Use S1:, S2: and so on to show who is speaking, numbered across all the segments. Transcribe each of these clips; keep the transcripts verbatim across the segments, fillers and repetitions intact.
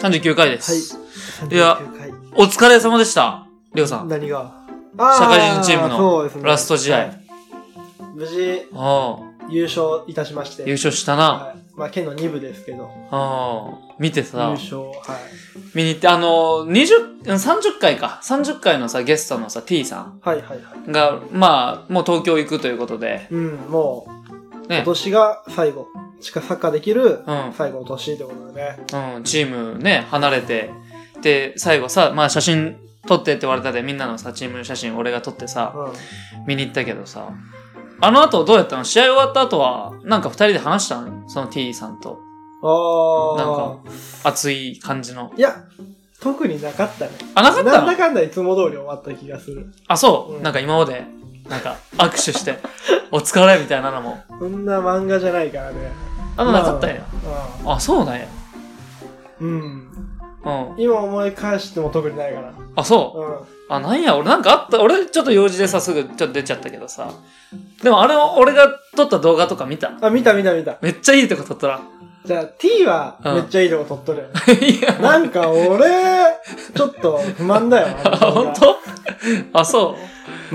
S1: さんじゅうきゅうかいです。
S2: はい。
S1: いや、お疲れ様でした。りょうさん。
S2: 何が
S1: 社会人チームのラスト試合。ねはい、
S2: 無事、優勝いたしまして。
S1: 優勝したな。
S2: はい、まあ、県のに部ですけど。
S1: ああ、見てさ。
S2: 優勝、はい。
S1: 見に行って、あの、にじゅう、さんじゅっかいか。さんじゅっかいのさ、ゲストのさ、T さん。
S2: はいはいはい。
S1: が、まあ、もう東京行くということで。
S2: うん、もう、ね、今年が最後。しかサッカーできる最後の年ってことでね、
S1: うん。うん、チームね、離れて。で、最後さ、まあ写真撮ってって言われたで、みんなのさ、チーム写真俺が撮ってさ、うん、見に行ったけどさ、あの後どうやったの？試合終わった後は、なんか二人で話したの？その T さんと。
S2: ああ。
S1: なんか、熱い感じの。
S2: いや、特になかったね。
S1: あ、なかったの？
S2: なんだかんだいつも通り終わった気がする。
S1: あ、そう、うん、なんか今まで、なんか握手して、お疲れみたいなのも。
S2: そんな漫画じゃないからね。
S1: あのなかったんや。あ、そうなんや。
S2: うん。うん。今思い返しても特にないかな。
S1: あ、そう。うん。あ、なんや、俺なんかあった。俺ちょっと用事でさ、すぐちょっと出ちゃったけどさ。でもあれを俺が撮った動画とか見た？
S2: あ、見た見た見た。
S1: めっちゃいいとこ撮ったら。
S2: じゃあ T はめっちゃいいとこ撮っとるよ、ね。うん、いや。なんか俺、ちょっと不満だよ。
S1: あ、ほんと？あ、そう。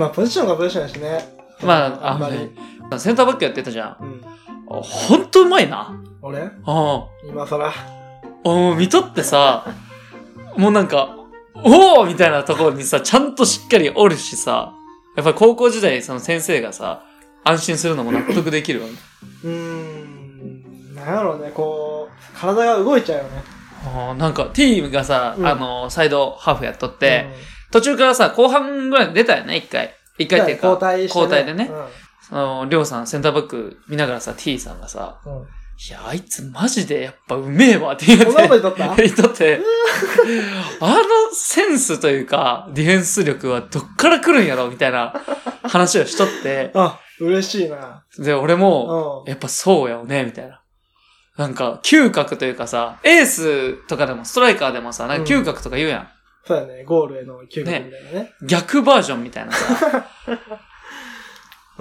S2: まあポジションがポジションだしね。
S1: まあ、あんまり。センターバックやってたじゃん。うん。ほんとうまいな。
S2: 俺？うん。今更。
S1: おー、見とってさ、もうなんか、おーみたいなところにさ、ちゃんとしっかりおるしさ、やっぱり高校時代、その先生がさ、安心するのも納得できるわね。
S2: うーん。なんやろうね、こう、体が動いちゃうよね。
S1: あなんか、T がさ、うん、あの、サイドハーフやっとって、うん、途中からさ、後半ぐらい出たよね、一回。一回っていうか、
S2: 交代して、ね。
S1: 交代でね。うんその、りょうさん、センターバック見ながらさ、T さんがさ、うん、いや、あいつマジでやっぱうめえわって言って。
S2: そんなこと言っとった
S1: 言っとって。あのセンスというか、ディフェンス力はどっから来るんやろみたいな話をしとって。
S2: あ、嬉しいな。
S1: で、俺も、やっぱそうやよね、みたいな。なんか、嗅覚というかさ、エースとかでも、ストライカーでもさ、なんか嗅覚とか言うやん。うん、
S2: そうやね、ゴールへの嗅覚みたいなね。ね
S1: 逆バージョンみたいなさ。
S2: うん、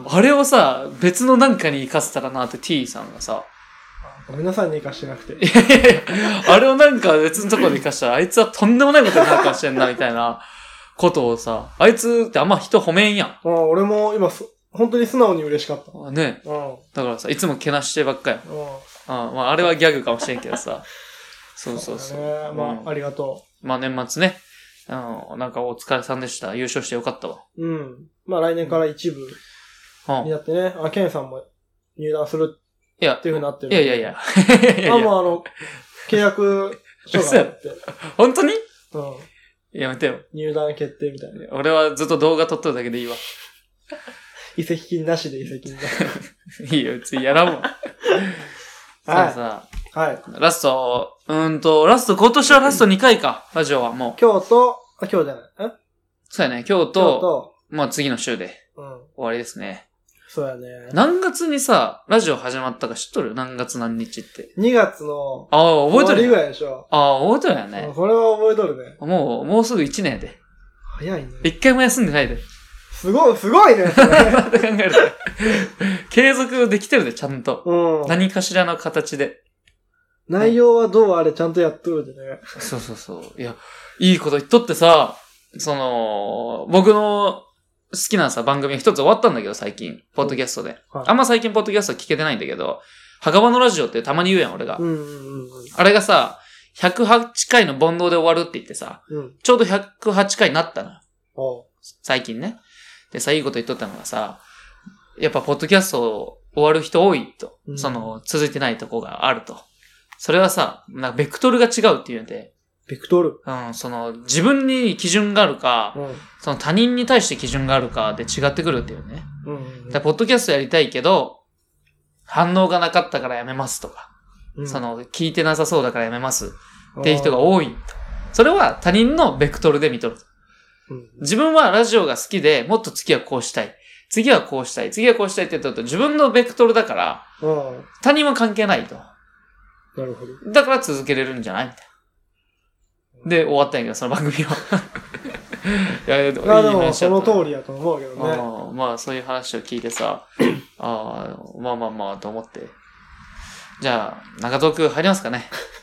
S1: あれをさ、別のなんかに活かせたらなって T さんがさ。
S2: ごめんなさいね、活かしてなくて。
S1: いやいやいや、あれをなんか別のところで活かしたら、あいつはとんでもないことになるかもしれんな、みたいなことをさ、あいつってあんま人褒めんやん。
S2: あ俺も今、本当に素直に嬉しかった。
S1: ね、うん。だからさ、いつもけなしてばっかやん。うんあまあ、あれはギャグかもしれんけどさ。そうそうそう。
S2: そうね、まあ、うん、ありがと
S1: う。まあ年末ね。うん、なんかお疲れさんでした。優勝してよかったわ。
S2: うん。まあ来年から一部になってね。うん、あ、ケンさんも入団するっていう風になってる。
S1: いやいやいや。
S2: いやあ、もうあの、契約書があって。
S1: 本当に？
S2: うん。
S1: やめてよ。
S2: 入団決定みたいな。
S1: 俺はずっと動画撮っとるだけでいいわ。
S2: 移籍金なしで移籍金だ。
S1: いいよ、次やらんもん。さあさあ。はい。ラスト、うーんと、ラスト、今年はラストにかいか、ラジオはもう。
S2: 今日と、あ、今日じゃない。え
S1: そうやね、今日と、今日とまあ次の週で、うん、終わりですね。
S2: そうやね。
S1: 何月にさ、ラジオ始まったか知っとる？何月何日って。
S2: にがつの、
S1: ああ、覚えとる。
S2: 終わりぐらいでしょ。
S1: ああ、覚えとるよね。
S2: これは覚えとるね。
S1: もう、もうすぐいちねんで。
S2: 早いね。
S1: 一回も休んでないで。
S2: すごい、すごいね。それ
S1: って考えると。継続できてるで、ちゃんと。うん。何かしらの形で。
S2: 内容はどうあれちゃんとやっとるでね。
S1: そうそうそう。いや、いいこと言っとってさ、その、僕の好きなさ、番組が一つ終わったんだけど、最近。ポッドキャストで。はい、あんま最近ポッドキャスト聞けてないんだけど、墓場のラジオってたまに言うやん、俺が。うんうんうん、あれがさ、ひゃくはちかいの煩悩で終わるって言ってさ、うん、ちょうどひゃくはちかいになったのよ。最近ね。でさ、いいこと言っとったのがさ、やっぱポッドキャスト終わる人多いと。うん、その、続いてないとこがあると。それはさ、なんかベクトルが違うっていうんで。
S2: ベクトル
S1: うん、その、自分に基準があるか、うん、その他人に対して基準があるかで違ってくるっていうね。うんうんうん、だポッドキャストやりたいけど、反応がなかったからやめますとか、うん、その、聞いてなさそうだからやめますっていう人が多いと。それは他人のベクトルで見とる。うん、自分はラジオが好きで、もっと次はこうしたい。次はこうしたい。次はこうしたいって言ったと自分のベクトルだから、うん、他人は関係ないと。
S2: なるほど。
S1: だから続けれるんじゃないみたいな。で、終わったんやけど、その番組は。いや、いい
S2: 話だった。でも、その通りやと思うけどね。
S1: あまあ、そういう話を聞いてさ、あまあまあまあ、と思って。じゃあ、中東区入りますかね。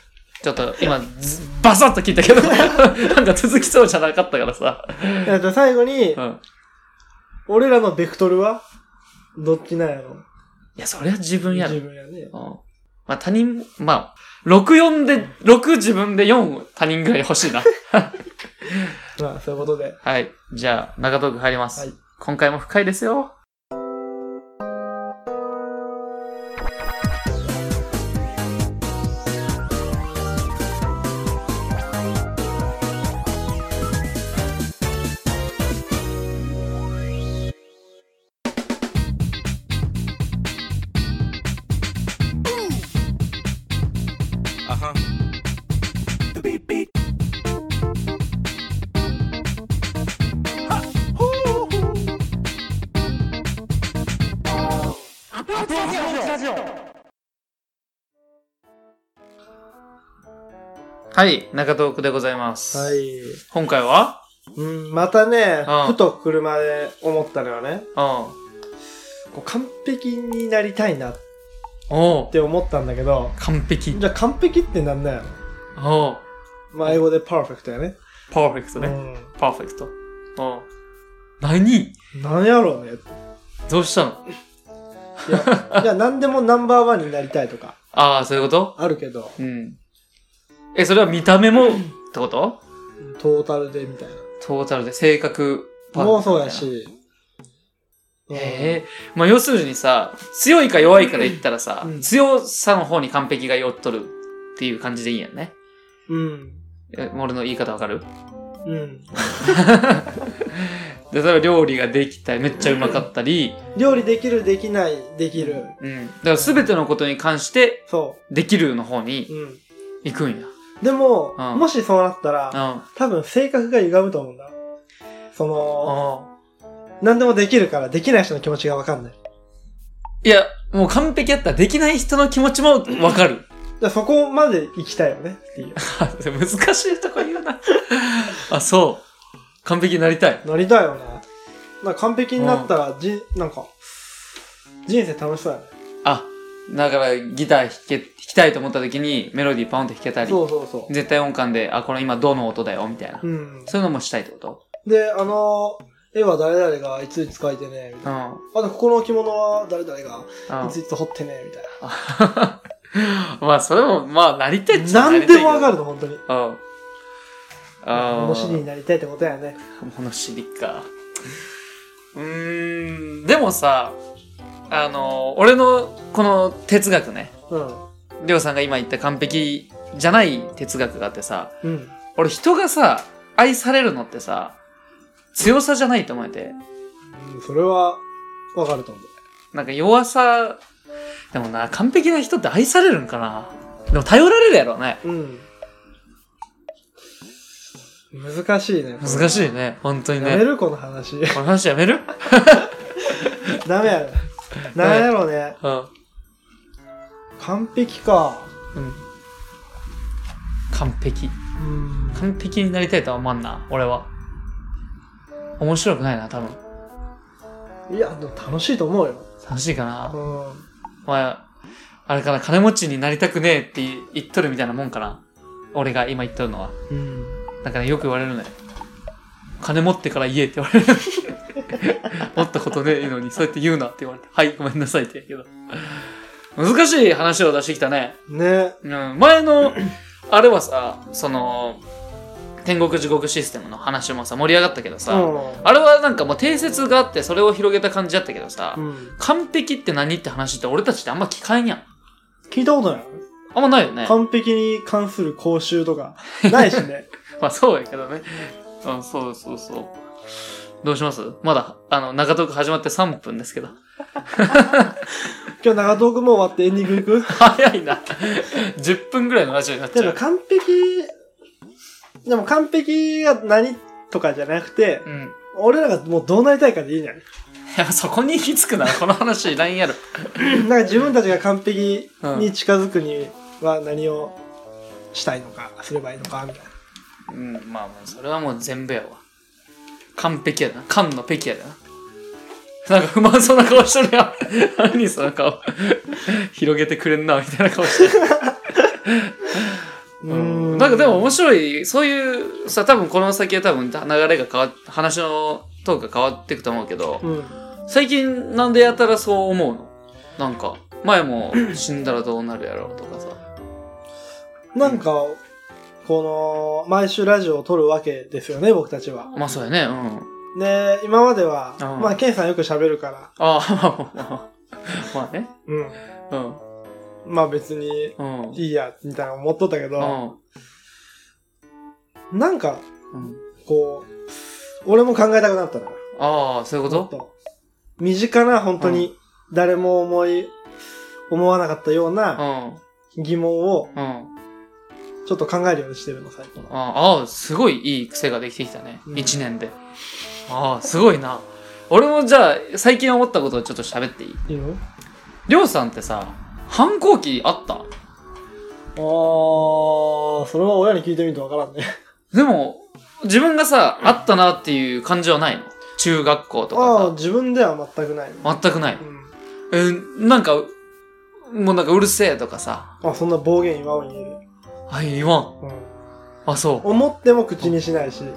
S1: ちょっと今、バサッと聞いたけど、なんか続きそうじゃなかったからさ。
S2: いや、じゃあ最後に、
S1: うん、俺
S2: らのベクトルはどっちなんやろ？
S1: いや、それは自分やろ。
S2: 自分やね。
S1: うん。まあ他人、まあ、ろく、よんで、ろく自分でよん他人ぐらい欲しいな。
S2: まあ、そういうことで。
S1: はい。じゃあ、長トーク入ります。
S2: はい。
S1: 今回も深いですよ。はい、中トークでございます。
S2: はい。
S1: 今回は
S2: うん、またね、ふと車で思ったのよね。
S1: うん。
S2: こう完璧になりたいなって思ったんだけど。
S1: 完璧。
S2: じゃあ完璧ってなんだよ。
S1: お
S2: まあ英語でパーフェクトやね。
S1: パーフェクトね。うん、パーフェクト。お何
S2: 何やろうね。
S1: どうしたの？
S2: いや、じゃあ何でもナンバーワンになりたいとか。
S1: ああ、そういうこと
S2: あるけど。
S1: うん。え、それは見た目もってこと？
S2: トータルでみたいな。
S1: トータルで性格
S2: もうそうやし。
S1: へえ。まあ要するにさ、強いか弱いかで言ったらさ、うん、強さの方に完璧が寄っとるっていう感じでいいやんね。
S2: うん。
S1: え、俺の言い方わかる？
S2: うん。
S1: で、例えば料理ができたり、めっちゃうまかったり。
S2: 料理できる、できない、できる。
S1: うん。だから全てのことに関して、
S2: そう。
S1: できるの方に、行くんや。
S2: でも、うん、もしそうなったら、うん、多分性格が歪むと思うんだ。その、何でもできるからできない人の気持ちがわかんない。
S1: いや、もう完璧やったらできない人の気持ちもわかる。
S2: じゃそこまで行きたいよねっていう。
S1: 難しいとこ言うな。あ、そう。完璧になりたい。
S2: なりたいよね。なんか完璧になったら、うん、じ、なんか、人生楽しそうやね。
S1: あ、だからギター弾け、弾きたいと思った時にメロディーパンって弾けたり。
S2: そうそうそう。
S1: 絶対音感で、あ、これ今どの音だよ、みたいな。うん。そういうのもしたいってこと？
S2: で、あのー、絵は誰々がいついつ描いてね、みたいな。うん。あと、ここの着物は誰々がいついつ彫ってね、みたいな。
S1: まあ、それも、まあ、なりたいっちゃなりたい。
S2: 何でもわかるの、本当に。うん。
S1: ああ。
S2: 物知りになりたいってことやね。
S1: 物知りか。うーん、でもさ、あの、俺のこの哲学ね。うん。りょうさんが今言った完璧じゃない哲学があってさ、うん。俺人がさ、愛されるのってさ、強さじゃないと思えて。
S2: うん、それは、わかると思う。
S1: なんか弱さ、でもな、完璧な人って愛されるんかな？でも頼られるやろね。うん。
S2: 難しいね。
S1: 難しいね。本当にね。
S2: やめるこの話。
S1: この話やめる
S2: ダメやろ。なんやろうね。うん。完璧か。うん。
S1: 完璧。うん。完璧になりたいとは思わんな、俺は。面白くないな、多分。
S2: いや、でも楽しいと思うよ。
S1: 楽しいかな。うん。まあ、あれかな、金持ちになりたくねえって言っとるみたいなもんかな。俺が今言っとるのは。うん。だからよく言われるね。金持ってから言えって言われる。持ったことねえのに、そうやって言うなって言われて。はい、ごめんなさいって言うけど。難しい話を出してきたね。
S2: ね。
S1: うん。前の、あれはさ、その、天国地獄システムの話もさ、盛り上がったけどさ、うん、あれはなんかもう定説があって、それを広げた感じだったけどさ、うん、完璧って何って話って俺たちってあんま聞かんやん。
S2: 聞いたことない。
S1: あんまないよね。
S2: 完璧に関する講習とか、ないしね。
S1: まあそうやけどね。うん、そうそうそう。どうします？まだ、あの、長トーク始まってさんぷんですけど。
S2: 今日長トークも終わってエンディングいく？
S1: 早いな。じゅっぷんぐらいのラジオになっちゃう。
S2: でも完璧、でも完璧が何とかじゃなくて、うん、俺らがもうどうなりたいかでいいんじゃない？い
S1: や、そこに行き着くならこの話いらんやろ。
S2: なんか自分たちが完璧に近づくには何をしたいのか、すればいいのか、みたいな。
S1: うん、まあもうそれはもう全部やわ。完璧やな。完の璧やだな。なんか不満そうな顔してるやん。何その顔。広げてくれんな、みたいな顔してる。 うん。なんかでも面白い、そういうさ、多分この先は多分流れが変わっ、話のトークが変わっていくと思うけど、うん、最近なんでやたらそう思うの？なんか、前も死んだらどうなるやろうとかさ。
S2: なんか、この、毎週ラジオを撮るわけですよね、僕たちは。
S1: まあそうやね、うん。
S2: で、今までは、あまあ、ケンさんよく喋るから。
S1: ああ、まあね。うん。
S2: うん。まあ別に、いいや、みたいな思っとったけど、うん、なんか、うん、こう、俺も考えたくなったな。
S1: ああ、そういうこと
S2: 身近な、本当に、誰も思い、思わなかったような疑問を、ちょっと考えるようにしてるの、最近。
S1: ああ、すごいいい癖ができてきたね。うん、いちねんで。ああ、すごいな。俺もじゃあ、最近思ったことをちょっと喋っていい？
S2: いいの？
S1: りょうさんってさ、反抗期あった？ああ、
S2: それは親に聞いてみるとわからんね。
S1: でも、自分がさ、あったなっていう感じはないの？中学校とかさ。
S2: ああ、自分では全くない。
S1: 全くない。うん、え、なんか、もうなんかうるせえとかさ。
S2: あ、そんな暴言言わん言える。
S1: あ、言わん。うん。あ、そう。
S2: 思っても口にしないし。うん。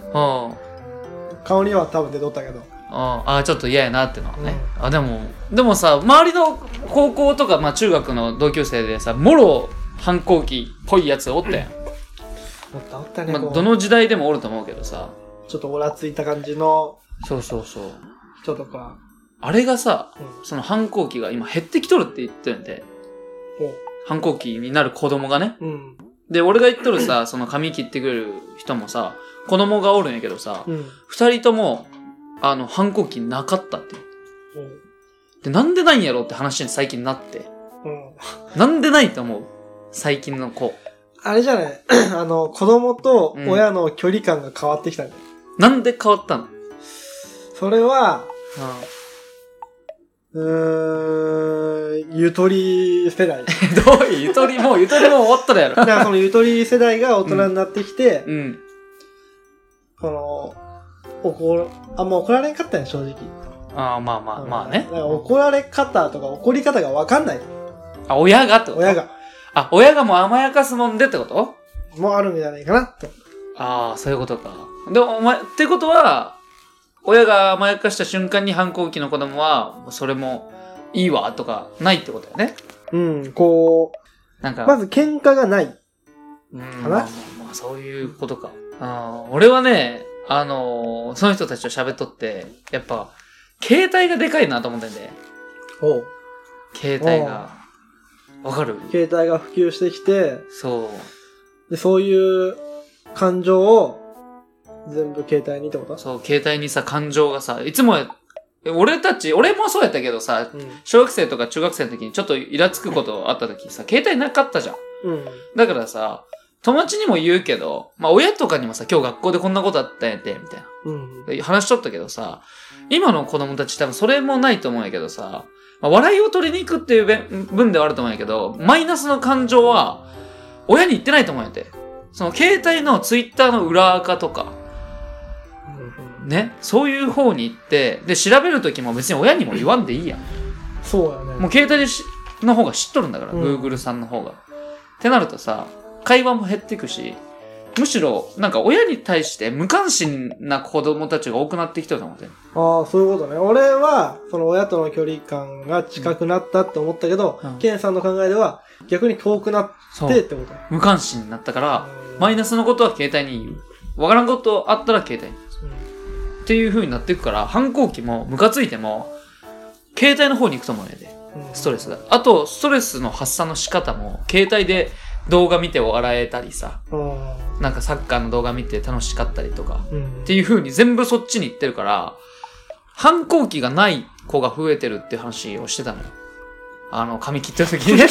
S2: 顔には多分出とったけど。
S1: ああ、ちょっと嫌やなってのはね。うん、あ、でも、でもさ、周りの高校とか、まあ中学の同級生でさ、もろ反抗期っぽいやつおったやん。
S2: おったおったね。
S1: まあ、どの時代でもおると思うけどさ。
S2: ちょっとオラついた感じの。
S1: そうそうそう。
S2: 人とか。
S1: あれがさ、うん、その反抗期が今減ってきとるって言ってるんで。反抗期になる子供がね。うん、で、俺が言っとるさ、その髪切ってくれる人もさ、子供がおるんやけどさ、うん、二人とも、あの、反抗期なかったって。うん、で、なんでないんやろって話に最近なって。うん、なんでないと思う？最近の子。
S2: あれじゃないあの、子供と親の距離感が変わってきたんだよ。
S1: うん、なんで変わったの？
S2: それは、うん、うーん、ゆとり世代。
S1: どういうゆとりもうゆとりも終わったらやろ。
S2: だからそのゆとり世代が大人になってきて、うんうん、この、怒あんま怒られんかったんや、正直。
S1: ああ、まあまあ、まあね。
S2: 怒られ方とか怒り方が分かんない。
S1: あ、親がってこと？
S2: 親が。
S1: あ、親がもう甘やかすもんでってこと？
S2: もうあるんじゃないかなと。
S1: ああ、そういうことか。でも、お前、ってことは、親が甘やかした瞬間に反抗期の子供は、それもいいわとかないってことよね。
S2: うん、こう、なんか、まず喧嘩がない。
S1: うん、かな？まあ、まあ、そういうことか。あ俺はね、あのー、その人たちと喋っとって、やっぱ、携帯がでかいなと思ってんで。
S2: おう。
S1: 携帯が。わかる？
S2: 携帯が普及してきて、
S1: そう。
S2: で、そういう感情を全部携帯にってこと？
S1: そう、携帯にさ、感情がさ、いつも、俺たち、俺もそうやったけどさ、うん、小学生とか中学生の時にちょっとイラつくことあった時さ、携帯なかったじゃん。うん。だからさ、友達にも言うけど、まあ親とかにもさ、今日学校でこんなことあったんやて、みたいな。うん。話しとったけどさ、今の子供たち多分それもないと思うんやけどさ、まあ、笑いを取りに行くっていう分ではあると思うんやけど、マイナスの感情は、親に言ってないと思うんやて。その携帯のツイッターの裏垢とか、ね、そういう方に行って、で、調べるときも別に親にも言わんでいいやん。
S2: そうやね。
S1: もう携帯でしの方が知っとるんだから、うん、Google さんの方が。ってなるとさ、会話も減っていくし、むしろ、なんか親に対して無関心な子供たちが多くなってきてると思って。
S2: ああ、そういうことね。俺は、その親との距離感が近くなったって思ったけど、うん、ケンさんの考えでは逆に遠くなってってことね。
S1: 無関心になったから、マイナスのことは携帯に言う。わからんことあったら携帯に。うん、っていう風になっていくから、反抗期もムカついても、携帯の方に行くと思うねで、ストレスが。あと、ストレスの発散の仕方も、携帯で動画見て笑えたりさ、なんかサッカーの動画見て楽しかったりとか、うん、っていう風に全部そっちに行ってるから、反抗期がない子が増えてるって話をしてたのよ。あの、髪切ってる時にね。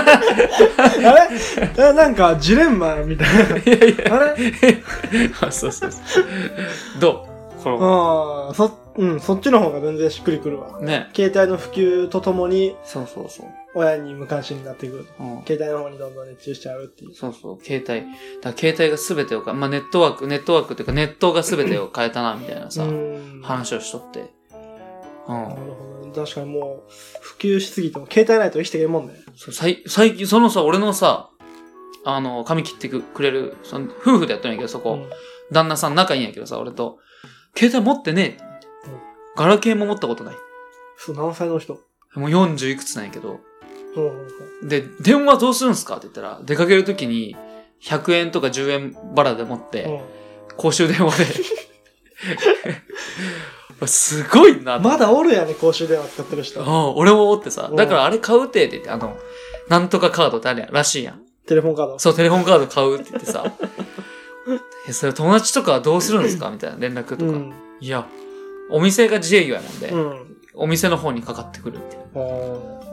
S2: あれなんかジレンマみたいな。いやいや。あれ
S1: あそうそうそう。どうこ
S2: のああ、そ、うん、そっちの方が全然しっくりくるわ。
S1: ね。
S2: 携帯の普及とともに、
S1: そうそうそう。
S2: 親に無関心になってくる。うん、携帯の方にどんどん熱中しちゃうっていう。
S1: そうそう、携帯。だから携帯が全てをか、まあネットワーク、ネットワークっていうかネットが全てを変えたな、みたいなさ、話をしとって。
S2: うん。なるほど。確かにもう、普及しすぎても、携帯ないと生きていけんもんね。
S1: そう、最、最近、そのさ、俺のさ、 あの、髪切ってくれる、その、夫婦でやってるんやけど、そこ。うん、旦那さん仲いいんやけどさ、俺と。携帯持ってねえ。うん、ガラケーも持ったことない。
S2: そう、何歳の人？
S1: もうよんじゅういくつなんやけど。
S2: うんうんうん、で、
S1: 電話どうするんすかって言ったら、出かけるときに、ひゃくえんとかじゅうえんバラで持って、うん、公衆電話で。すごいな。
S2: まだおるやね、公衆電話使ってる人。
S1: うん、俺もおってさ。だからあれ買うてって言って、あの、なんとかカードってあるやん、らしいやん。
S2: テレフォンカード？
S1: そう、テレフォンカード買うって言ってさ。え、それ友達とかはどうするんですかみたいな連絡とか。うん、いや、お店が自営業やもんで、うん、お店の方にかかってくるっていう。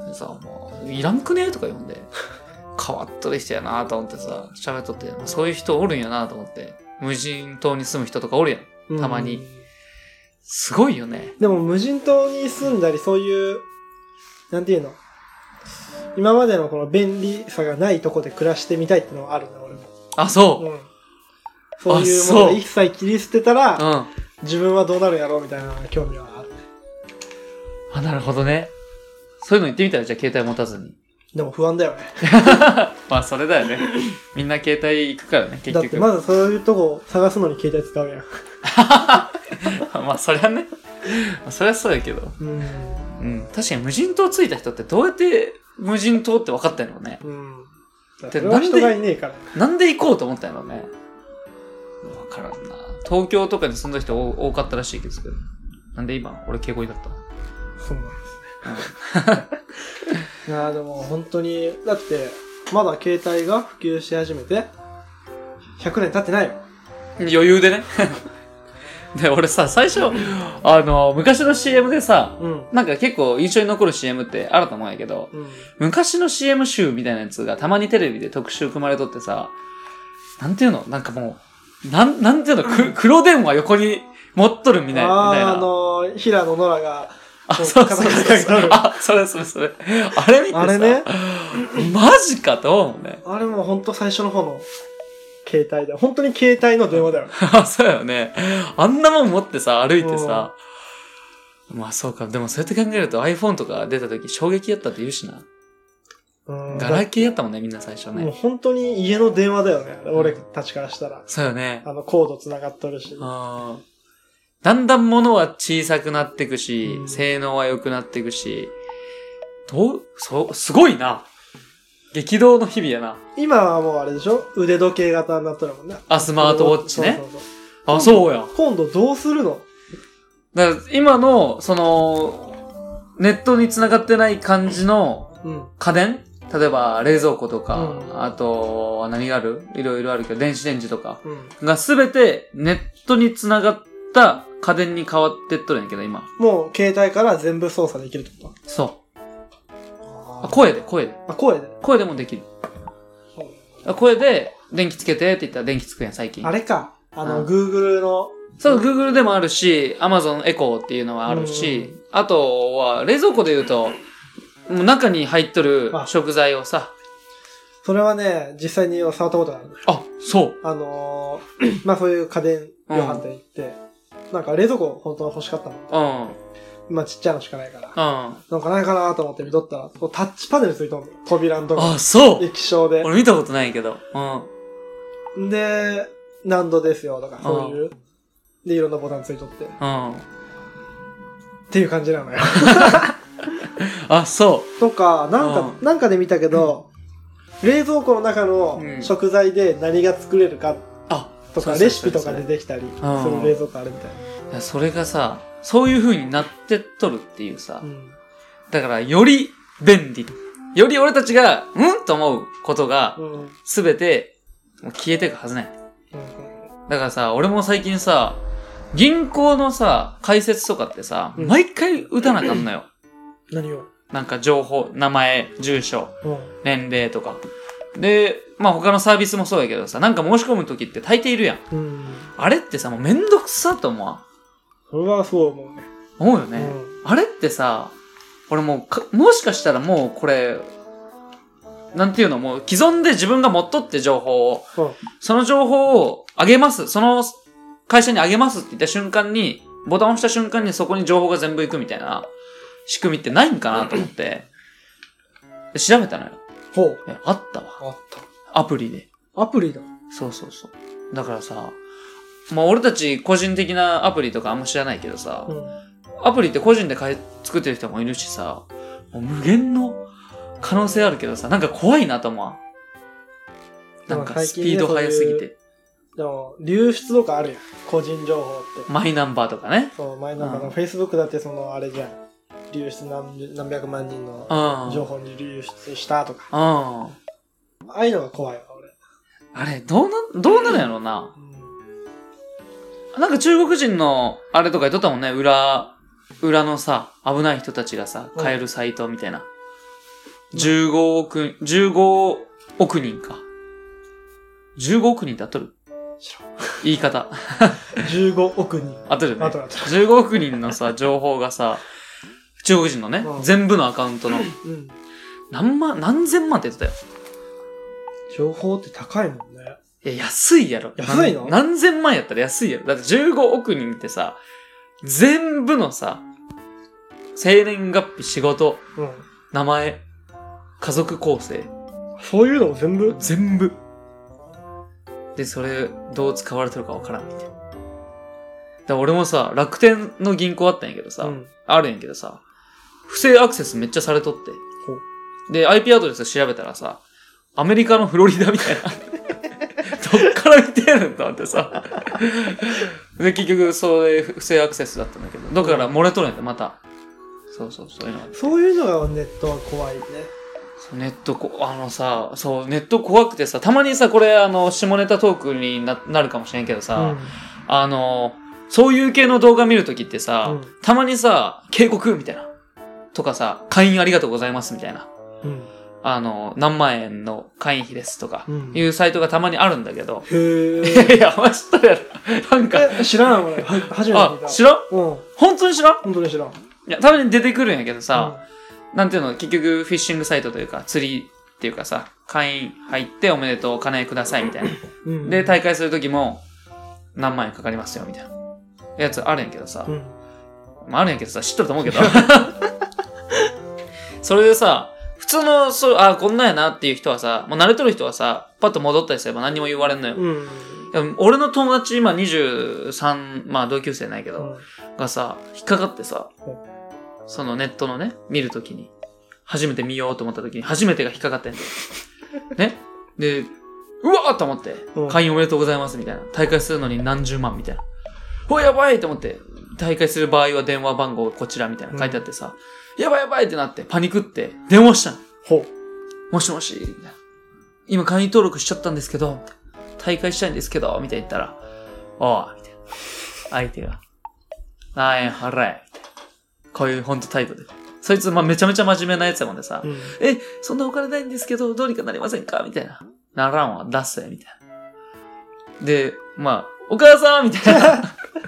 S1: でさ、もう、いらんくねとか読んで、変わっとる人やなと思ってさ、喋っとって、そういう人おるんやなと思って、無人島に住む人とかおるやん、たまに。すごいよね。
S2: でも無人島に住んだり、そういう、なんていうの、今までのこの便利さがないとこで暮らしてみたいってのはあるんだ、俺も。
S1: あ、そう。
S2: うん、そういうものを一切切り捨てたら、うん、自分はどうなるんやろうみたいな興味はあるね。
S1: あ、なるほどね。そういうの言ってみたら、じゃあ携帯持たずに。
S2: でも不安だよね。
S1: まあそれだよね。みんな携帯行くからね、結局。
S2: だってまずそういうとこ探すのに携帯使うやん。
S1: まあそりゃね。そりゃそうやけど。うん。うん。確かに無人島ついた人ってどうやって無人島って分かったんやろうね。うん。
S2: だってなんで人がいねえから。
S1: なんで行こうと思ったんやろうね。分からんな。東京とかに住んだ人多かったらしいですけど。なんで今俺敬語だった。
S2: そうなんですね。いやでも本当に、だってまだ携帯が普及し始めてひゃくねん経ってないよ。
S1: 余裕でね。で、俺さ、最初、あの、昔の シーエム でさ、うん、なんか結構印象に残る シーエム ってあると思うんやけど、うん、昔の シーエム 集みたいなやつがたまにテレビで特集組まれとってさ、なんていうのなんかもう、なん、なんていうのく黒電話横に持っとるみたいな。
S2: あー、あのー、平野ノラが、
S1: あ、そうそうそうそう。あ、それそれそれ。あれ見てさ、
S2: あれね。
S1: マジかと思うね。
S2: あれもほんと最初の方の携帯だよ。本当に携帯の電話だよ。
S1: あ、そうよね。あんなもん持ってさ、歩いてさ。まあそうか。でもそうやって考えると iPhone とか出た時衝撃やったって言うしな。うん、ガラケーやったもんね、みんな最初ね。
S2: もう本当に家の電話だよね。うん、俺たちからしたら。
S1: そうよね。
S2: あのコード繋がっとるし。
S1: あだんだん物は小さくなっていくし、うん、性能は良くなっていくし、どう、そう、すごいな。激動の日々やな。
S2: 今はもうあれでしょ腕時計型になったらもんね。
S1: あ、スマートウォッチね。そうそうそう。あ、そうや。
S2: 今度どうするの？
S1: だから今の、その、ネットに繋がってない感じの家電、うん、例えば冷蔵庫とか、うん、あとは何がある？いろいろあるけど、電子レンジとかがすべてネットに繋がった家電に変わってっとるんやけど、今。
S2: もう携帯から全部操作できるってこと？
S1: そう。あ、声で、声で。
S2: あ、声で
S1: 声でもできる。声で、電気つけてって言ったら電気つくやん、最近。
S2: あれか。あの、うん、Google の。
S1: そう、Google でもあるし、Amazon Echo っていうのはあるし、あとは、冷蔵庫で言うと、もう中に入っとる食材をさ。
S2: それはね、実際に触ったことがある。
S1: あ、そう。
S2: あのー、まあそういう家電量販店行って、うん、なんか冷蔵庫本当は欲しかったの。うん。今ちっちゃいのしかないから。うん。なんかないかなと思って見とったら、こうタッチパネルついとんの。扉のとこ。
S1: あ、そう。
S2: 液晶で。
S1: 俺見たことないけど。
S2: うん。で、何度ですよとか、そういう。で、いろんなボタンついとって。うん。っていう感じなのよ。
S1: あ、そう。
S2: とか、なんか、うん、なんかで見たけど、うん、冷蔵庫の中の食材で何が作れるかとか、レシピとかでできたりする冷蔵庫あるみたいな。
S1: いや、それがさ、そういう風になってっとるっていうさ、うん、だからより便利、より俺たちが、うんと思うことが、すべてもう消えていくはずない。うん、だからさ、俺も最近さ、銀行のさ、解説とかってさ、うん、毎回打たなあかんのよ。
S2: 何を？
S1: なんか情報、名前、住所、うん、年齢とか。で、まあ他のサービスもそうやけどさ、なんか申し込むときって大抵いるやん。うん、あれってさ、もうめんどくさと思わん。
S2: それはそう思うね。
S1: 思うよね。うん、あれってさ、俺もうか、もしかしたらもうこれ、なんていうの、もう既存で自分が持っとって情報を、うん、その情報をあげます。その会社にあげますって言った瞬間に、ボタンを押した瞬間にそこに情報が全部いくみたいな仕組みってないんかなと思って、で調べたのよ。
S2: ほう。
S1: あったわ。
S2: あっ
S1: アプリで。
S2: アプリだ。
S1: そうそうそう。だからさ、まあ俺たち個人的なアプリとかあんま知らないけどさ、うん、アプリって個人で買い作ってる人もいるしさ、もう無限の可能性あるけどさ、なんか怖いなと思う。なんかスピード速すぎて。
S2: でも、流出とかあるやん。個人情報って。
S1: マイナンバーとかね。
S2: そう、マイナンバーの、うん、Facebook だってその、あれじゃん。流出 何, 何百万人の情報に流出したとか。うん。ああいうのが怖いわ、俺。
S1: あれ、どうな、どうなるんやろうな。うん、なんか中国人の、あれとか言っとったもんね。裏、裏のさ、危ない人たちがさ、買えるサイトみたいな。うん、じゅうごおく、じゅうごおく人か。じゅうごおく人って合っとる？言い方。
S2: じゅうごおく人。
S1: 合っとるよね。じゅうごおく人のさ、情報がさ、中国人のね、うん、全部のアカウントの、うん、何万、何千万って言ってたよ。
S2: 情報って高いもんね。
S1: いや、安いやろ。
S2: 安いの？
S1: 何千万やったら安いやろ。だってじゅうごおく人ってさ、全部のさ、生年月日、仕事、うん、名前、家族構成。
S2: そういうのも全部？
S1: 全部。で、それ、どう使われてるかわからんみたいな。だから俺もさ、楽天の銀行あったんやけどさ、うん、あるんやけどさ、不正アクセスめっちゃされとって。で、アイピー アドレス調べたらさ、アメリカのフロリダみたいな。どっから見てるんだってさ。で、結局、それ不正アクセスだったんだけど、だから漏れとるんやて、また。そうそう、そういうのが。
S2: そういうのがネットは怖いね。
S1: ネットこ、あのさ、そう、ネット怖くてさ、たまにさ、これ、あの、下ネタトークに な, なるかもしれんけどさ、うん、あの、そういう系の動画見るときってさ、うん、たまにさ、警告みたいな。とかさ、会員ありがとうございますみたいな。うん、あの、何万円の会員費ですとか、いうサイトがたまにあるんだけど。
S2: うん、へー。
S1: いや、お前知ったやろ。なんか。
S2: 知らん、俺。初めて聞いた。
S1: あ、知らん？
S2: うん。
S1: 本当に知らん？
S2: 本当に知らん。い
S1: や、たまに出てくるんやけどさ、うん、なんていうの、結局フィッシングサイトというか、釣りっていうかさ、会員入っておめでとう、お金くださいみたいな。うん、で、大会するときも、何万円かかりますよ、みたいな。やつあるんやけどさ。うん、まあ、あるんやけどさ、知っとると思うけど。それでさ、普通の、そう、あ、こんなんやなっていう人はさ、もう慣れとる人はさ、パッと戻ったりすれば何にも言われんのよ。うん、でも俺の友達今にじゅうさん、まあ同級生ないけど、うん、がさ、引っかかってさ、うん、そのネットのね、見るときに、初めて見ようと思ったときに、初めてが引っかかってんだよ。ね。で、うわーと思って、会員おめでとうございますみたいな。大会するのに何十万みたいな。おやばいと思って、大会する場合は電話番号こちらみたいな書いてあってさ、うん、やばいやばいってなってパニクって電話したの。
S2: ほう。
S1: もしもし、みたいな。今会員登録しちゃったんですけど、大会したいんですけど、みたいに言ったら、おう、みたいな。相手が、何円払え、みたいな。こういうほんと態度で。そいつ、まあ、めちゃめちゃ真面目なやつやもんでさ、うん、え、そんなお金ないんですけど、どうにかなりませんかみたいな。ならんわ、出せ、みたいな。で、まあ、お母さんみたいな。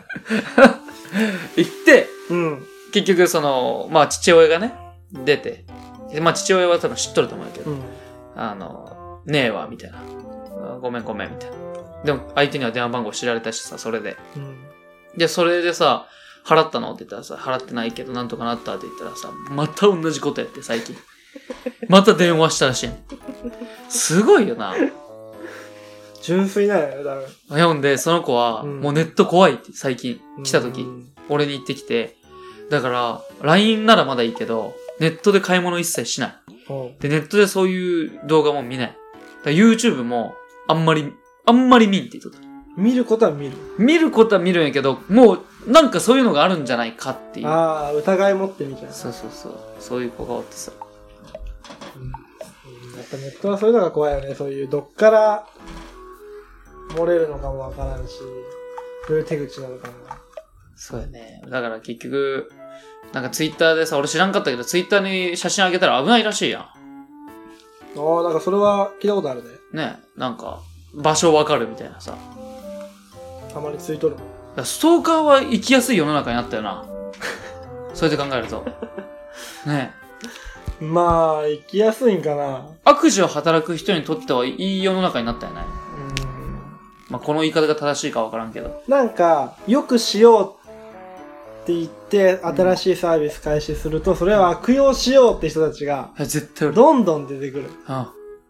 S1: 言って、うん、結局その、まあ父親がね、出て、まあ父親は多分知っとると思うけど、うん、あの、ねえわ、みたいな。ごめんごめん、みたいな。でも相手には電話番号知られたしさ、それで。うん、で、それでさ、払ったのって言ったらさ、払ってないけどなんとかなったって言ったらさ、また同じことやって最近。また電話したらしいん。すごいよな。
S2: 純粋なんやね、だめ。
S1: 読んで、その子は、もうネット怖いって最近来た時、うん、俺に言ってきて、だから、ライン ならまだいいけど、ネットで買い物一切しない。で、ネットでそういう動画も見ない。だ YouTube も、あんまり、あんまり見んって言っとった。
S2: 見ることは見る。
S1: 見ることは見るんやけど、もう、なんかそういうのがあるんじゃないかっていう。
S2: ああ、疑い持ってみたいな。
S1: そうそうそう。そういう子がおってさ。
S2: うん。やっぱネットはそういうのが怖いよね。そういう、どっから、漏れるのかもわからんし、どういう手口なのかも。
S1: そうやね。だから結局、なんかツイッターでさ、俺知らんかったけど、ツイッターに写真あげたら危ないらしいやん。あ
S2: あ、なんかそれは聞いたことあるね。
S1: ね。なんか、場所わかるみたいなさ。
S2: たまについとる。
S1: ストーカーは生きやすい世の中になったよな。それで考えると。ね
S2: え。まあ、生きやすいんかな。
S1: 悪事を働く人にとってはいい世の中になったよね。まあ、この言い方が正しいかわからんけど。
S2: なんか、よくしようって言って、新しいサービス開始すると、それは悪用しようって人たちが、
S1: 絶対
S2: どんどん出てくる。
S1: ああ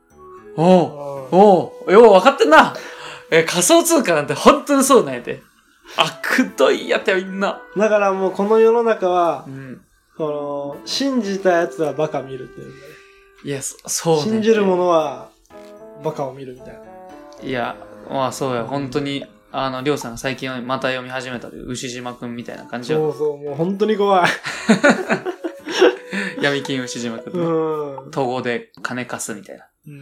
S1: おうおうよう分かってんな。え、仮想通貨なんて本当にそうなんやで。あくどいやったよ、みんな。
S2: だからもうこの世の中は、
S1: うん、
S2: この、信じたやつはバカ見るっていうね。
S1: いや、そ、そうね。
S2: 信じる者はバカを見るみたいな。
S1: いや、まあそうや、本当に、あの、りょうさんが最近また読み始めたという牛島くんみたいな感じよ。
S2: そうそう、もう本当に怖い。
S1: 闇金牛島くん、ね。うん。統合で金貸すみたいな。うん。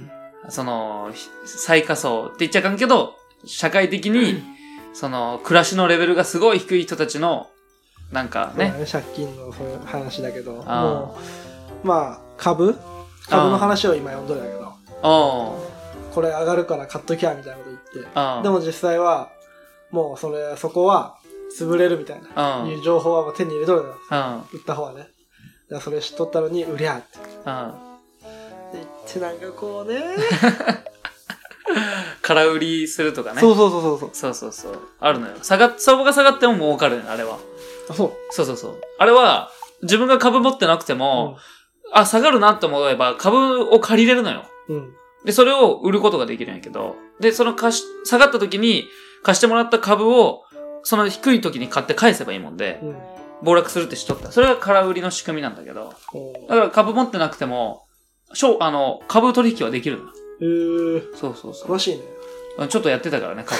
S1: その、最下層って言っちゃいかんけど、社会的に、その、暮らしのレベルがすごい低い人たちの、なんかね。
S2: ね借金のそういう話だけど、もう、まあ、株株の話を今読んどるんだけど、これ上がるから買っときゃみたいなこと言って、でも実際は、もうそれ、そこは潰れるみたいな、いう情報は手に入れとるんだ。売った方はね。だからそれ知っとったのに、売りゃって。言ってなんかこうね。
S1: 空売りするとかね。
S2: そうそうそうそう。
S1: そうそうそう。あるのよ。下が、相場が下がっても儲かるのよ、あれは。
S2: あ、そう。
S1: そうそうそう。あれは、自分が株持ってなくても、うん、あ、下がるなって思えば株を借りれるのよ。うん。で、それを売ることができるんやけど、で、その貸し、下がった時に貸してもらった株を、その低い時に買って返せばいいもんで、うん、暴落するってしとった。それが空売りの仕組みなんだけど、だから株持ってなくても、あの、株取引はできるの。
S2: へー。
S1: そうそうそう。
S2: 詳しいね。
S1: ちょっとやってたからね、株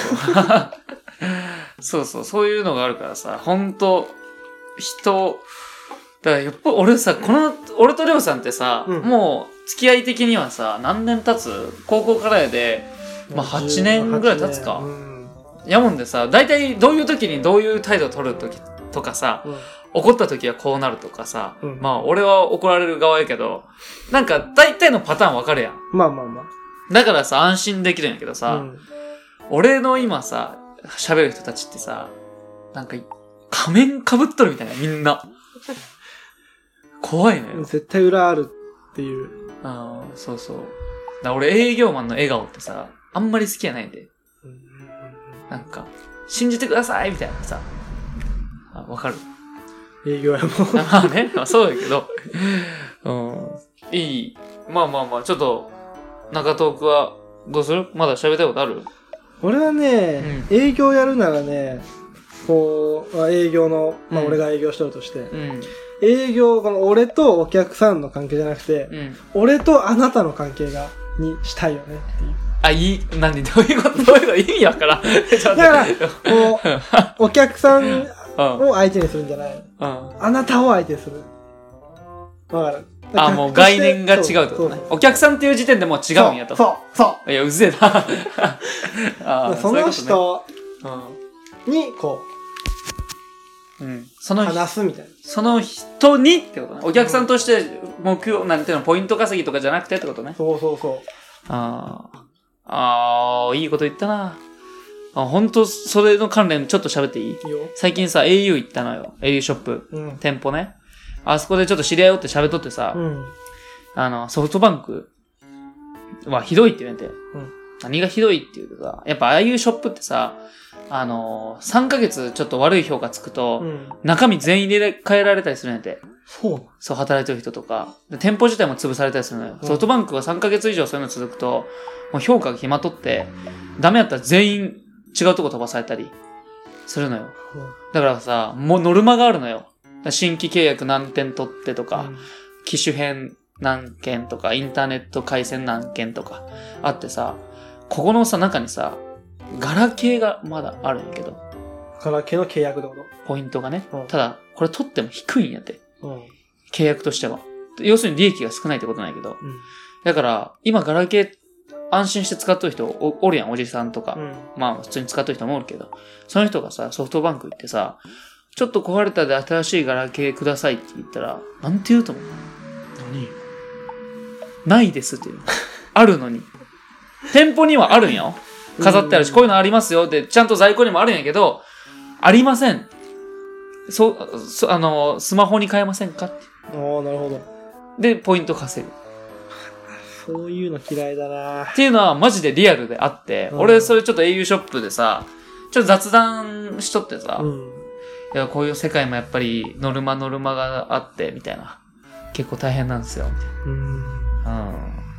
S1: そうそう、そういうのがあるからさ、ほんと、人、だからやっぱ俺さ、この、俺とレオさんってさ、うん、もう付き合い的にはさ、何年経つ高校からやで、まあはちねんぐらい経つか。うん、やもんでさ、大体どういう時にどういう態度を取る時とかさ、うん、怒った時はこうなるとかさ、うん、まあ俺は怒られる側やけど、なんか大体のパターンわかるやん。
S2: まあまあまあ。
S1: だからさ、安心できるんやけどさ、うん、俺の今さ、喋る人たちってさ、なんか仮面被っとるみたいな、みんな。怖いのよ。
S2: 絶対裏あるっていう。
S1: ああ、そうそう。だ俺営業マンの笑顔ってさ、あんまり好きじゃないんで。うん、なんか、信じてくださいみたいなさ。あ、わかる？
S2: 営業やもん。
S1: まあね、まあそうやけど。うん。いい。まあまあまあ、ちょっと、中東区は、どうする？まだ喋りたいことある？
S2: 俺はね、うん、営業やるならね、こう、営業の、まあ俺が営業しとるとして、うん、営業、この俺とお客さんの関係じゃなくて、うん、俺とあなたの関係が、にしたいよねっていう。
S1: あ、いい、何、どういうこと、どういうこと意味やから。
S2: だから、こう、お客さんを相手にするんじゃない。うん、あなたを相手にする。わかる。
S1: あ、もう概念が違うってことね。お客さんっていう時点でもう違うんやと。
S2: そう、そう。
S1: いや、うぜえな。
S2: あその人に、こ
S1: う、うん、その
S2: 話すみたいな。
S1: その人にってことね。お客さんとして目標、なんていうの、ポイント稼ぎとかじゃなくてってことね。
S2: そうそうそう。
S1: ああ、ああ、いいこと言ったな。あ、ほんと、それの関連ちょっと喋っていい？いいよ。最近さ、エーユー 行ったのよ。エーユー ショップ。うん、店舗ね。あそこでちょっと知り合いよって喋っとってさ、うん、あの、ソフトバンクはひどいって言われて、うん、何がひどいって言うとさ、やっぱああいうショップってさ、あのー、さんかげつちょっと悪い評価つくと、うん、中身全員入れ替えられたりするんやて。
S2: そう
S1: そう、働いてる人とか。で店舗自体も潰されたりするのよ。うん、ソフトバンクはさんかげつ以上そういうの続くと、もう評価が決まっとって、ダメやったら全員違うとこ飛ばされたりするのよ。うん、だからさ、もうノルマがあるのよ。新規契約何件取ってとか、うん、機種変何件とか、インターネット回線何件とかあってさ、ここのさ、中にさ、ガラケーがまだあるんやけど。
S2: ガラケーの契約ってこと？
S1: ポイントがね。うん、ただ、これ取っても低いんやって。うん、契約としては。要するに利益が少ないってことなんやけど。うん、だから、今ガラケー安心して使っとる人 お, おるやん、おじさんとか。うん、まあ、普通に使っとる人もおるけど。その人がさ、ソフトバンク行ってさ、ちょっと壊れたで新しいガラケーくださいって言ったら、なんて言うと思う？
S2: 何？
S1: ないですっていう。あるのに。店舗にはあるんよ。飾ってあるし、こういうのありますよ。で、ちゃんと在庫にもあるんやけど、ありません。そ、そ、あの、スマホに変えませんかって。
S2: ああ、なるほど。
S1: で、ポイント稼ぐ。
S2: そういうの嫌いだな。
S1: っていうのはマジでリアルであって、うん、俺それちょっと エーユー ショップでさ、ちょっと雑談しとってさ、うんいや、こういう世界もやっぱりノルマノルマがあって、みたいな。結構大変なんですよ、みたいな。うん。うん。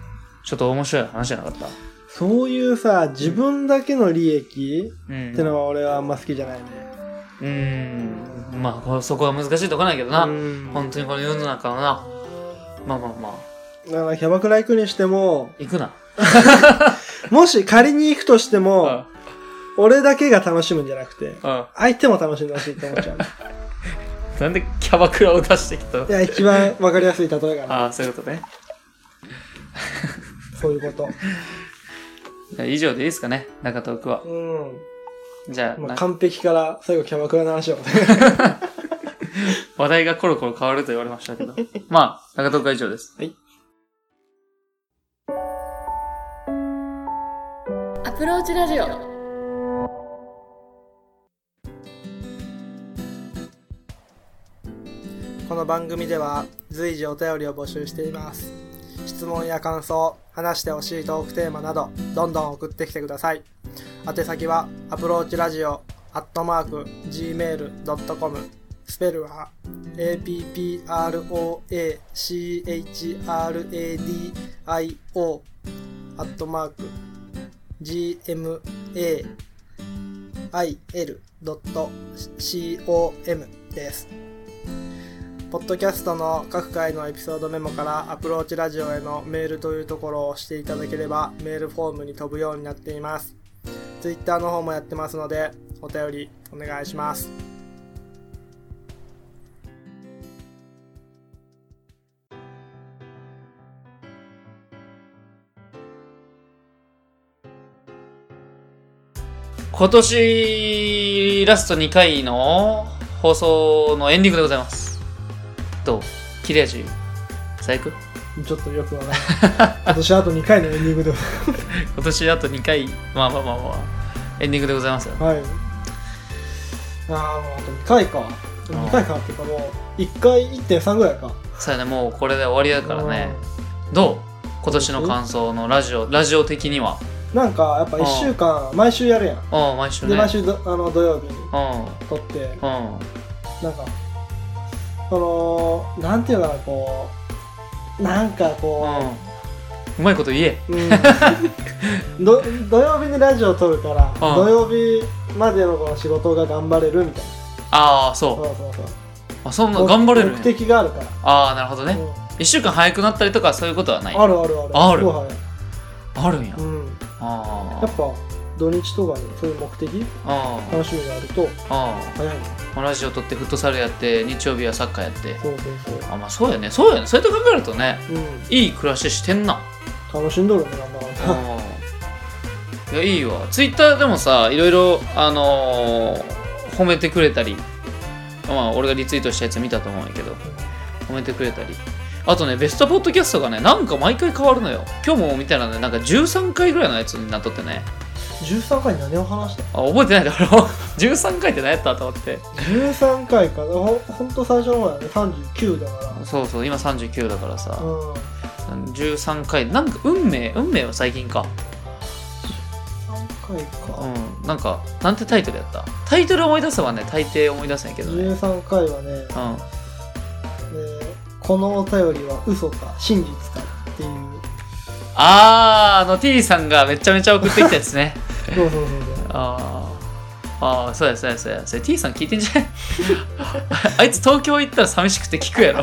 S1: ちょっと面白い話じゃなかった？
S2: そういうさ、自分だけの利益、うん、ってのは俺はあんま好きじゃないね。
S1: うーん。まあ、そこは難しいとこないけどな。本当にこの世の中はな。まあまあまあ。
S2: だからキャバクラ行くにしても。
S1: 行くな。
S2: もし仮に行くとしても、ああ俺だけが楽しむんじゃなくて、ああ相手も楽しんでほしいって思っちゃう。
S1: なんでキャバクラを出してきた？
S2: いや、一番わかりやすい例えが、ね。
S1: ああ、そういうことね。
S2: そういうこと。
S1: 以上でいいですかね、中トークは。うん。じゃあ、
S2: まあ、完璧から最後キャバクラの話を。
S1: 話題がコロコロ変わると言われましたけど。まあ、中トークは以上です。はい。
S3: アプローチラジオ。
S2: この番組では随時お便りを募集しています。質問や感想、話してほしいトークテーマなどどんどん送ってきてください。宛先はアプローチラジオアットマーク ジーメールドットコム、 スペルは エーピーピーアールオーエーシーエイチアールエーディーアイオー アットマーク ジーエムエーアイエルドットコム です。ポッドキャストの各回のエピソードメモからアプローチラジオへのメールというところを押していただければメールフォームに飛ぶようになっています。ツイッターの方もやってますのでお便りお願いします。
S1: 今年ラストにかいの放送のエンディングでございます。どう？切れ味最高？
S2: ちょっとよくわからない。今年あとにかいのエンディングで
S1: 今年あとにかい、まあまあまあまあエンディングでございますよ。
S2: はい。ああ、もうあとにかいか。にかいかっていうかもういっかい いってんさん ぐらいか。
S1: そうやね、もうこれで終わりだからね。どう？今年の感想のラジオ、ラジオ的には。
S2: なんかやっぱいっしゅうかん毎週やるやん。
S1: ああ、毎週ね。
S2: で毎週どあの土曜日に撮って、うん、なんかそのなんていうかな、こうなんかこ
S1: う、うん、うまいこと言え。
S2: うん、ど土曜日にラジオを撮るから、うん、土曜日までのこの仕事が頑張れるみたいな。
S1: ああ、そう。
S2: そうそうそう。
S1: あ、そんな頑張れる、ね。
S2: 目的があるから。
S1: ああ、なるほどね。うん、いっしゅうかん早くなったりとかそういうことはない。
S2: あるあるある。
S1: ある。
S2: すごい早い。
S1: あるんや。
S2: うん。あやっぱ土日とかにそういう目的楽しみがあると早いね。
S1: ラジオ撮ってフットサルやって日曜日はサッカーやって。
S2: そうそうそう。
S1: あ、まあそうやね、そうやね。そうやって考えるとね、うん、いい暮らししてんな。
S2: 楽しんどるね、なんだかんだ。
S1: いや、いいわ。ツイッターでもさ、いろいろあのー、褒めてくれたり、まあ俺がリツイートしたやつ見たと思うんやけど、褒めてくれたり。あとね、ベストポッドキャストがね、なんか毎回変わるのよ。今日も見たらね、なんかじゅうさんかいぐらいのやつになっとってね。
S2: じゅうさんかい何を話した？
S1: あ、覚えてないだろ。じゅうさんかいって何やったと思って。
S2: じゅうさんかいか。ほ, ほんと最初の方だね。さんじゅうきゅうだから。
S1: そうそう、今さんじゅうきゅうだからさ。うん、じゅうさんかい。なんか運命、運命は最近か。
S2: じゅうさんかいか。
S1: うん。なんか、なんてタイトルやった？タイトル思い出せばね、大抵思い出せんけどね。
S2: じゅうさんかいはね、うん。でこのお便りは嘘か真実かっていう。
S1: あー、あの T さんがめちゃめちゃ送ってきたやつね。
S2: そうそうそうそう。
S1: ああ、そうやそうやそうや。それ T さん聞いてんじゃない？あいつ東京行ったら寂しくて聞くやろ。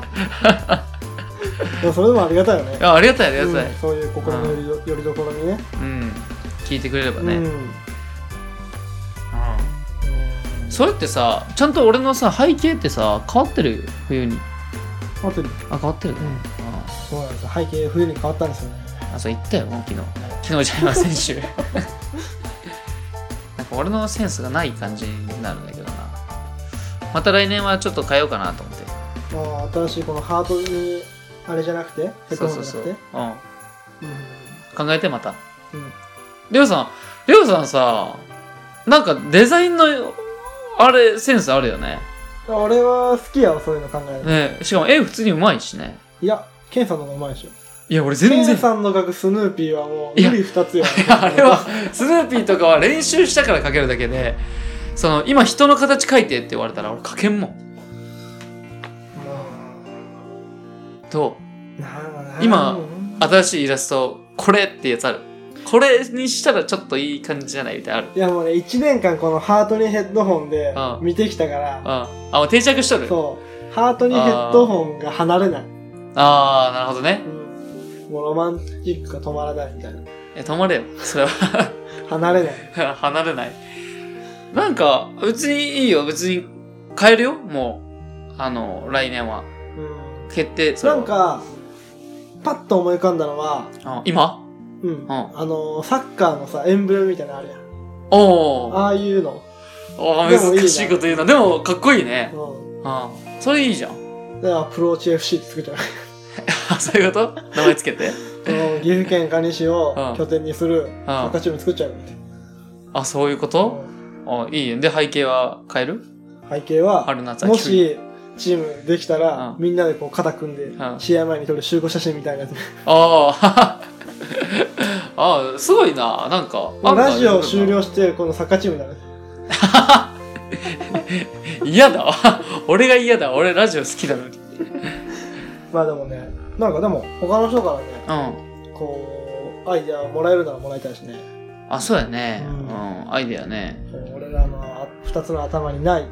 S2: でもそれでもありがたいよね。
S1: あ、ありがたいありがたい、
S2: うん、そういう心のよりど、うん、よりどころにね、
S1: うん、聞いてくれればね、うん、うん、それってさ、ちゃんと俺のさ背景ってさ変わってる？冬に
S2: 変わってる。
S1: あ、変わってるね、うん、
S2: あそうなんですよ。背景冬に変わったんですよね。
S1: あ、そう言ったよ昨日昨日じゃない先週。なんか俺のセンスがない感じになるんだけどな。また来年はちょっと変えようかなと思って。
S2: ああ、新しいこのハートにあれじゃなくて、ヘッドホンじゃなくて、そうそうそう、うん、うん、
S1: 考えてまた。うん。レオさん、レオさんさ、なんかデザインのあれセンスあるよね。
S2: 俺は好きやわ、そういうの考える
S1: ね。しかも絵普通にうまいしね。
S2: いや、ケンさんの方がうまいでしょ。
S1: いや、俺全然。
S2: ケンさんの描くスヌーピーはもう無理二つや。
S1: いや、あれはスヌーピーとかは練習したから描けるだけで、その今人の形描いてって言われたら俺描けんもん。どう？今新しいイラスト、これってやつある？これにしたらちょっといい感じじゃないみたいなある？
S2: いやもうね、いちねんかんこのハートにヘッドホンで見てきたから。
S1: うん。あ、もう定着しとる？
S2: そう。ハートにヘッドホンが離れない。
S1: あー、なるほどね。
S2: うん。もうロマンチックが止まらないみたいな。
S1: え、止まれよ。それは。
S2: 離れない。
S1: 離れない。なんか、別にいいよ。別に変えるよ。もう、あの、来年は。うん。決定。
S2: なんか、パッと思い浮かんだのは、
S1: あ今
S2: うん。うん、あの、サッカーのさ、エンブレムみたいなのあるやん。
S1: おー。
S2: ああいうの。
S1: ああ、難しいこと言うな。でも、かっこいいね。うん。ああ、それいいじゃん。
S2: で、アプローチ エフシー って作っちゃう。
S1: あ、そういうこと名前つけて
S2: 岐阜県可児市を拠点にするサッカーチーム作っちゃうみたい
S1: な。あ、そういうこと、うん、あ、いいよ。で、背景は変える？
S2: 背景は、
S1: 春夏秋
S2: もし、チームできたら、うん、みんなでこう肩組んで、うん、試合前に撮る集合写真みたいなやつ。あ
S1: あ、ああ、すごいな。なんか。
S2: ラジオ終了して、このサッカーチームだね。
S1: 嫌だ。俺が嫌だ。俺ラジオ好きなのに。
S2: まあでもね、なんかでも、他の人からね、うん、こう、アイデアをもらえるならもらいたいしね。
S1: あ、そうやね。うん、うん、アイデアね。
S2: 俺らの二つの頭にない、うん、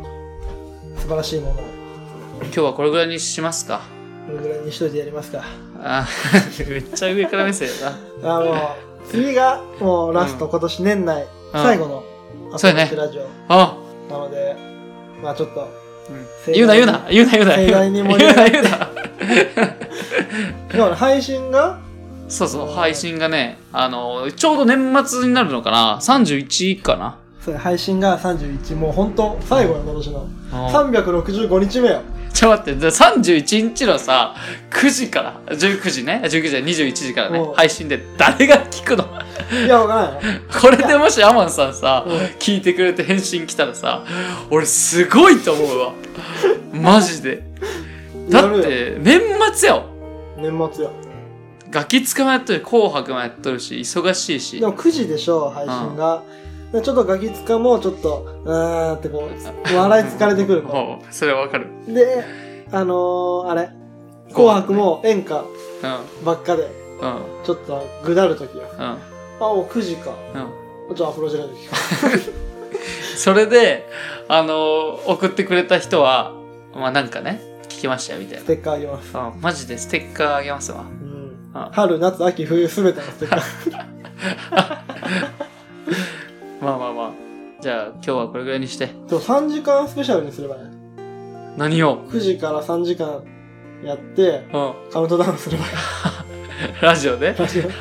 S2: 素晴らしいものを。
S1: 今日はこれぐらいにしますか。
S2: これぐらいにしといてやりますか。
S1: あ、めっちゃ上から目線や
S2: な。あ、もう、次がもうラスト、うん、今年年内最後のアプローチラジオ。あ、なので、まあちょっと、
S1: うん、言うな言うな言うな言うな
S2: 盛大に盛り上がって言うな言うな配信が
S1: そうそう配信がねあのちょうど年末になるのかなさんじゅういちかな
S2: そう配信がさんじゅういちもう本当最後よ今年のさんびゃくろくじゅうごにちめよ
S1: ちょっと待ってさんじゅういちにちのさくじからじゅうくじねじゅうくじでにじゅういちじからね配信で誰が聞くの
S2: いやわからないよ
S1: これでもしアマンさんさ聞いてくれて返信来たらさ俺すごいと思うわマジでだって年末よ
S2: 年末よ
S1: ガキ使もやっとる紅白もやっとるし忙しいし
S2: でもくじでしょ配信が、うん、ちょっとガキ使もちょっとうーんってこう笑い疲れてくる
S1: のそれはわかる
S2: であのー、あれ紅白も演歌ばっかで、うん、ちょっとぐだるときよ、うん、あもうくじか、うん、ちょっとアプローチないときか
S1: それであのー、送ってくれた人はまあなんかね聞きましたよみたいな
S2: ステッカーあげます、
S1: うん、マジでステッカーあげますわ、うん
S2: 春、夏、秋、冬すべてのステッカー
S1: まあまあまあじゃあ今日はこれぐらいにして
S2: でもさんじかんスペシャルにすればね
S1: 何を
S2: くじからさんじかんやって、うん、カウントダウンすればいい
S1: ラジオで
S2: ラジオ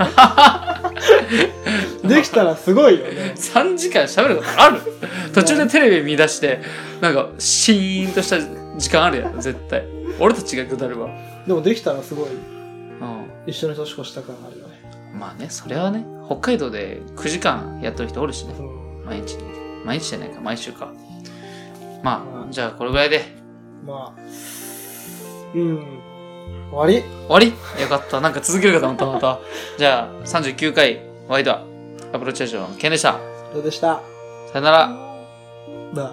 S2: できたらすごいよね
S1: さんじかん喋ることある途中でテレビ見出してなんかシーンとした時間あるやん絶対俺たちがぐだるわ
S2: でもできたらすごいうん、一緒に年越した感あるよね
S1: まあねそれはね北海道でくじかんやってる人おるしね、うん、毎日毎日じゃないか毎週かまあ、まあ、じゃあこれぐらいで
S2: まあうん終わり
S1: 終わりよかったなんか続けるかと思ったまたじゃあさんじゅうきゅうかいワイドアプローチラジオのケンでした
S2: どうでした
S1: さよなら
S2: だ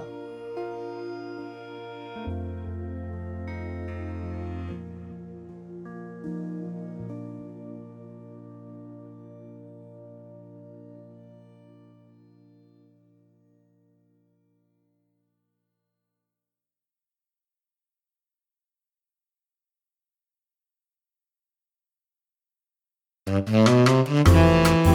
S3: うん